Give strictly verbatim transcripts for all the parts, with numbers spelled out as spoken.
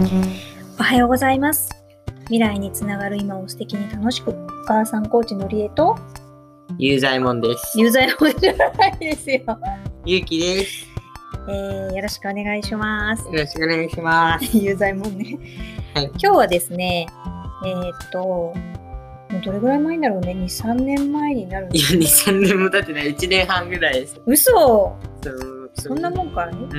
おはようございます。未来につながる今を素敵に楽しく、お母さんコーチのりえとゆうざいもんです。 ゆうざいもんじゃないですよ。 ゆうきです。 えー、よろしくお願いします。 よろしくお願いします。 ゆうざいもんね。 はい。 今日はですね、えー、っと、もうどれぐらい前だろうね、に、さんねんまえになるんですいや、に、さんねんも経ってない。いちねんはんぐらいです。 嘘そうそんなもんかい、 うん。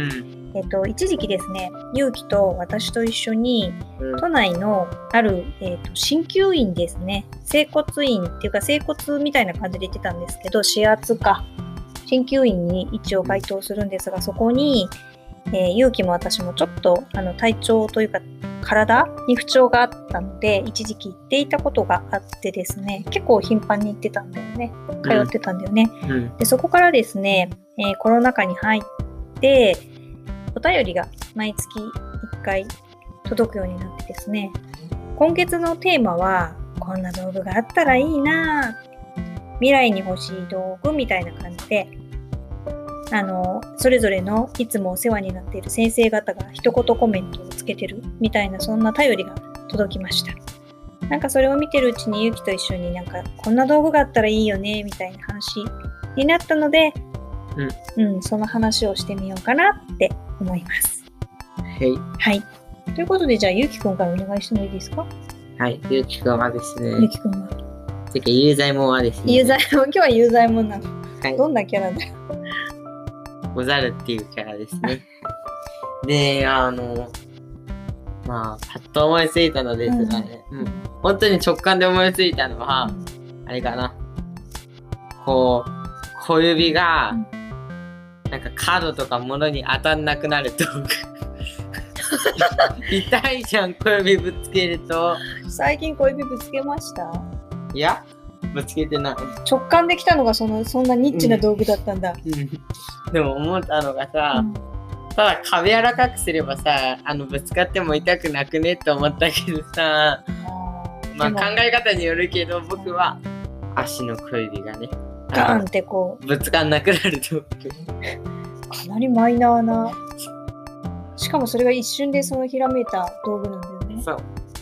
えっと、一時期ですね、ゆうきと私と一緒に、 うん、 都内のある、えっと、鍼灸院ですね、整骨院っていうか整骨みたいな感じで行ってたんですけど、指圧か、鍼灸院に一応該当するんですが、そこに、えー、ゆうきも私もちょっとあの体調というか体に不調があったので、一時期行っていたことがあってですね、結構頻繁に行ってたんだよね。通ってたんだよね。 うん、 でそこからですね、えー、コロナ禍に入って、お便りが毎月いっかい届くようになってですね、今月のテーマは、こんな道具があったらいいなぁ、未来に欲しい道具みたいな感じで、あの、それぞれのいつもお世話になっている先生方が一言コメントをつけてるみたいな、そんな便りが届きました。なんかそれを見てるうちにゆきと一緒になんかこんな道具があったらいいよねみたいな話になったので、うん、うん、その話をしてみようかなって思います。 はい。 はい。ということで、じゃあゆうきくんからお願いしてもいいですか？ はい。ゆうきくんはですね。 ゆうきくんは。 てかゆうざいもんはですね。 ゆうざいもん、今日はゆうざいもんなの。はい。どんなキャラだよ。 ござるっていうキャラですね。で、あの、まあ、パッと思いついたのですがね、うんうん、本当に直感で思いついたのは、うん、あれかな。こう、小指が、うん、なんか角とか物に当たんなくなる道具。痛いじゃん、小指ぶつけると。 最近小指ぶつけました？ いや、ぶつけてない。 直感できたのがそのそんなニッチな道具だったんだ。 うんうん、でも思ったのがさ、うん、ただ壁柔らかくすればさ、あのぶつかっても痛くなくねって思ったけどさ、まあ考え方によるけど僕は足の小指がね、 ガーンってこうぶつかんなくなる道具。 かなりマイナーな。しかもそれが一瞬でそのひらめいた道具なんだよね。 そう。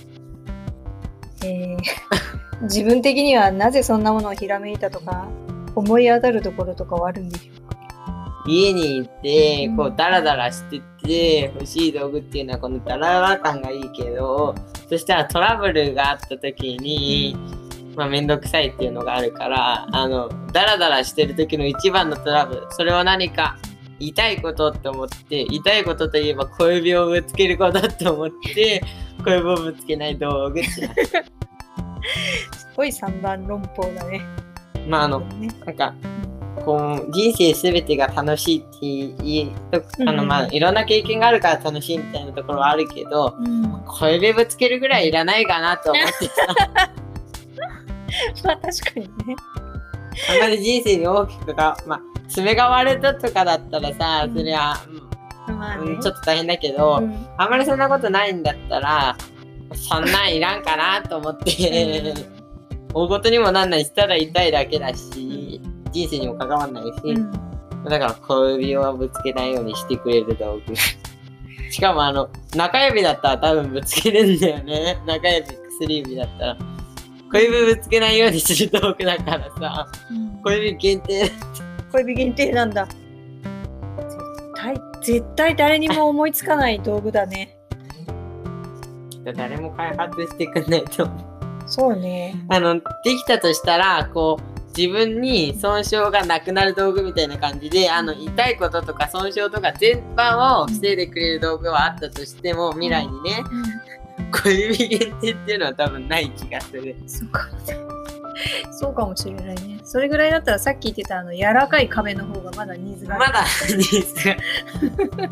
えー、自分的にはなぜそんなものをひらめいたとか思い当たるところとかはあるんでしょうか？ 家に行ってこうダラダラしてて欲しい道具っていうのはこのダラダラ感がいいけど、そしたらトラブルがあった時に、まあめんどくさいっていうのがあるから、あのダラダラしてる時の一番のトラブル、それは何か痛いことって思って、痛いことといえば小指をぶつけることだと思って小指をぶつけない道具ってすごい三段論法だね。 まああの、ね、なんかこう人生すべてが楽しいって言いあの、まあいろんな経験があるから楽しいみたいなところはあるけど、うん、小指ぶつけるぐらいいらないかなと思ってさまあ確かにね、 あんまり人生に大きくか、まあ爪が割れたとかだったらさ、それは、うんまあね、うん、ちょっと大変だけど、うん、あんまりそんなことないんだったらそんなんいらんかなと思って大ごとにもなんないしたら痛いだけだし、人生にも関わんないし、うん、だから小指をぶつけないようにしてくれる道具しかもあの中指だったら多分ぶつけるんだよね。中指薬指だったら小指ぶつけないようにする道具だからさ、うん、小指限定小指限定なんだ。絶対絶対誰にも思いつかない道具だね。 誰も開発してくんないと。 そうね。 あのできたとしたらこう自分に損傷がなくなる道具みたいな感じで、あの痛いこととか損傷とか全般を防いでくれる道具はあったとしても、未来にね、うん、小指限定っていうのは多分ない気がする。 そうかもね。そうかもしれないね。それぐらいだったらさっき言ってたあの柔らかい壁の方がまだニーズがある。 まだニーズが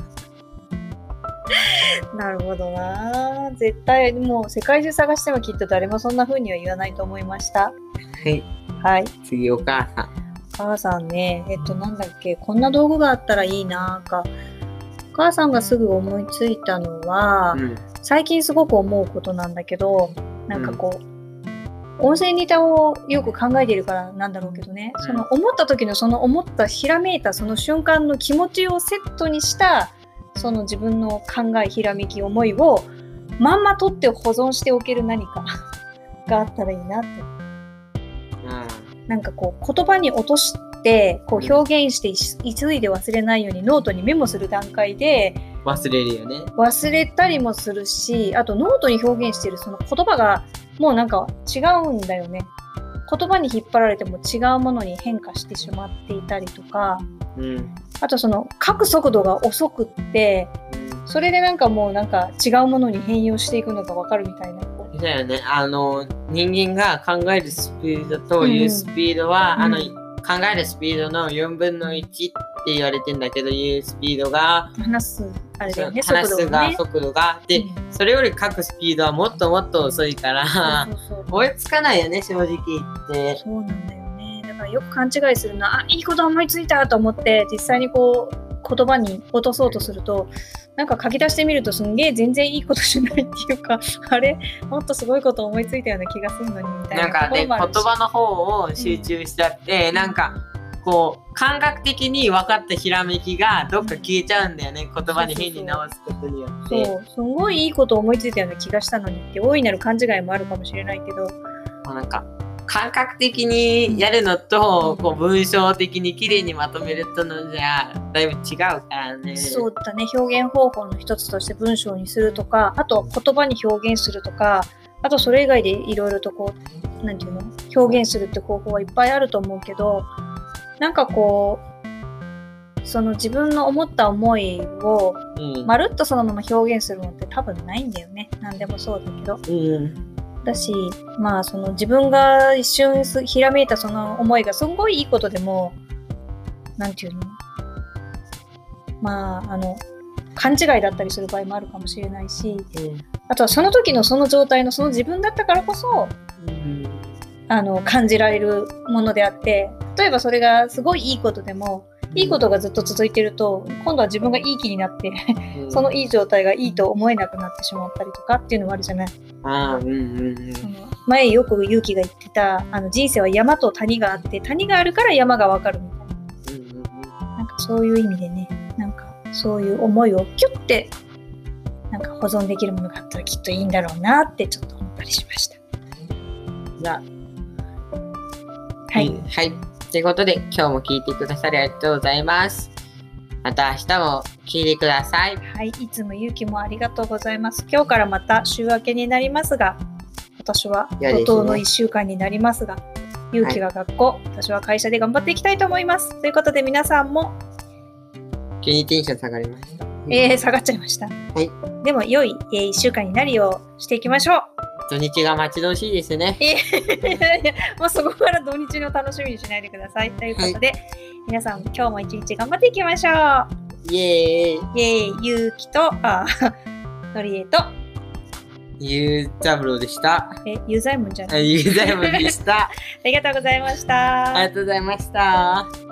なるほどな。絶対もう世界中探してもきっと誰もそんな風には言わないと思いました。 はい。 はい。 次お母さん。 お母さんね、えっとなんだっけ、こんな道具があったらいいなか。お母さんがすぐ思いついたのは、うん、最近すごく思うことなんだけど、なんかこう、うん、音声ネタをよく考えているからなんだろうけどね、うん、その思った時のその思ったひらめいたその瞬間の気持ちをセットにしたその自分の考えひらめき思いをまんま取って保存しておける何かがあったらいいなって。 うん、 なんかこう言葉に落としてこう表現して急いで忘れないようにノートにメモする段階で忘れるよね。 忘れたりもするし、あとノートに表現してるその言葉がもうなんか違うんだよね。言葉に引っ張られても違うものに変化してしまっていたりとか、 うん、 あとその書く速度が遅くってそれでなんかもうなんか違うものに変容していくのが分かるみたいな。 だよね。あの人間が考えるスピードと言うスピードは、うん、あの考えるスピードのよんぶんのいちって言われてんだけど、言うスピードが話すあれだよね、 話すが、 ね、 速度がで、うん、それより書くスピードはもっともっと遅いからそうそうそう追いつかないよね、正直言って。 そうなんだよね。だからよく勘違いするな、あ、いいこと思いついたと思って実際にこう言葉に落とそうとすると、なんか書き出してみるとすんげえ全然いいことしないっていうか、あれもっとすごいこと思いついたような気がするのにみたいな。 なんかね、言葉の方を集中しちゃって、うん、なんかこう感覚的に分かったひらめきがどっか消えちゃうんだよね、言葉に変に直すことによって。 そう、すごいいいこと思いついたような気がしたのにって大いなる勘違いもあるかもしれないけど、 なんか感覚的にやるのと、こう文章的に綺麗にまとめるとのじゃだいぶ違うからね。 そうだね、表現方法の一つとして文章にするとか、あと言葉に表現するとか、あとそれ以外でいろいろとこうなんていうの表現するって方法はいっぱいあると思うけど、なんかこうその自分の思った思いをまるっとそのまま表現するのって多分ないんだよね。何でもそうだけど。 うんだし、まあその自分が一瞬ひらめいたその思いがすごいいいことでも、なんていうの、まああの勘違いだったりする場合もあるかもしれないし、うん、あとはその時のその状態のその自分だったからこそ、うん、あの感じられるものであって、例えばそれがすごいいいことでも、いいことがずっと続いてると、今度は自分がいい気になってそのいい状態がいいと思えなくなってしまったりとかっていうのもあるじゃない。 あ、うんうんうん、 前よく勇気が言ってた、あの人生は山と谷があって、谷があるから山がわかるみたいな、うんうんうん、なんかそういう意味でね、なんかそういう思いをキュッてなんか保存できるものがあったらきっといいんだろうなってちょっと思ったりしました。 じゃあはい、 うん、はいということで、今日も聞いてくださりありがとうございます。また明日も聞いてください。 はい、いつも勇気もありがとうございます。今日からまた週明けになりますが、私は怒涛のいっしゅうかんになりますが、勇気が学校、はい、私は会社で頑張っていきたいと思います。ということで皆さんも急にテンション下がりました。 えー、下がっちゃいました。 はい。 でも良い、えー、いっしゅうかんになるようしていきましょう。 土日が待ち遠しいですね。 いやいや、もうそこから土日の楽しみにしないでください。ということで、はい、皆さん今日も一日頑張っていきましょう。 イエーイ。 イエーイ、ゆうきと、あ、のりえと、 ゆうざぶろうでした。 え、ゆうざいもんじゃない。 ゆうざいもんでした。 ありがとうございました。 ありがとうございました。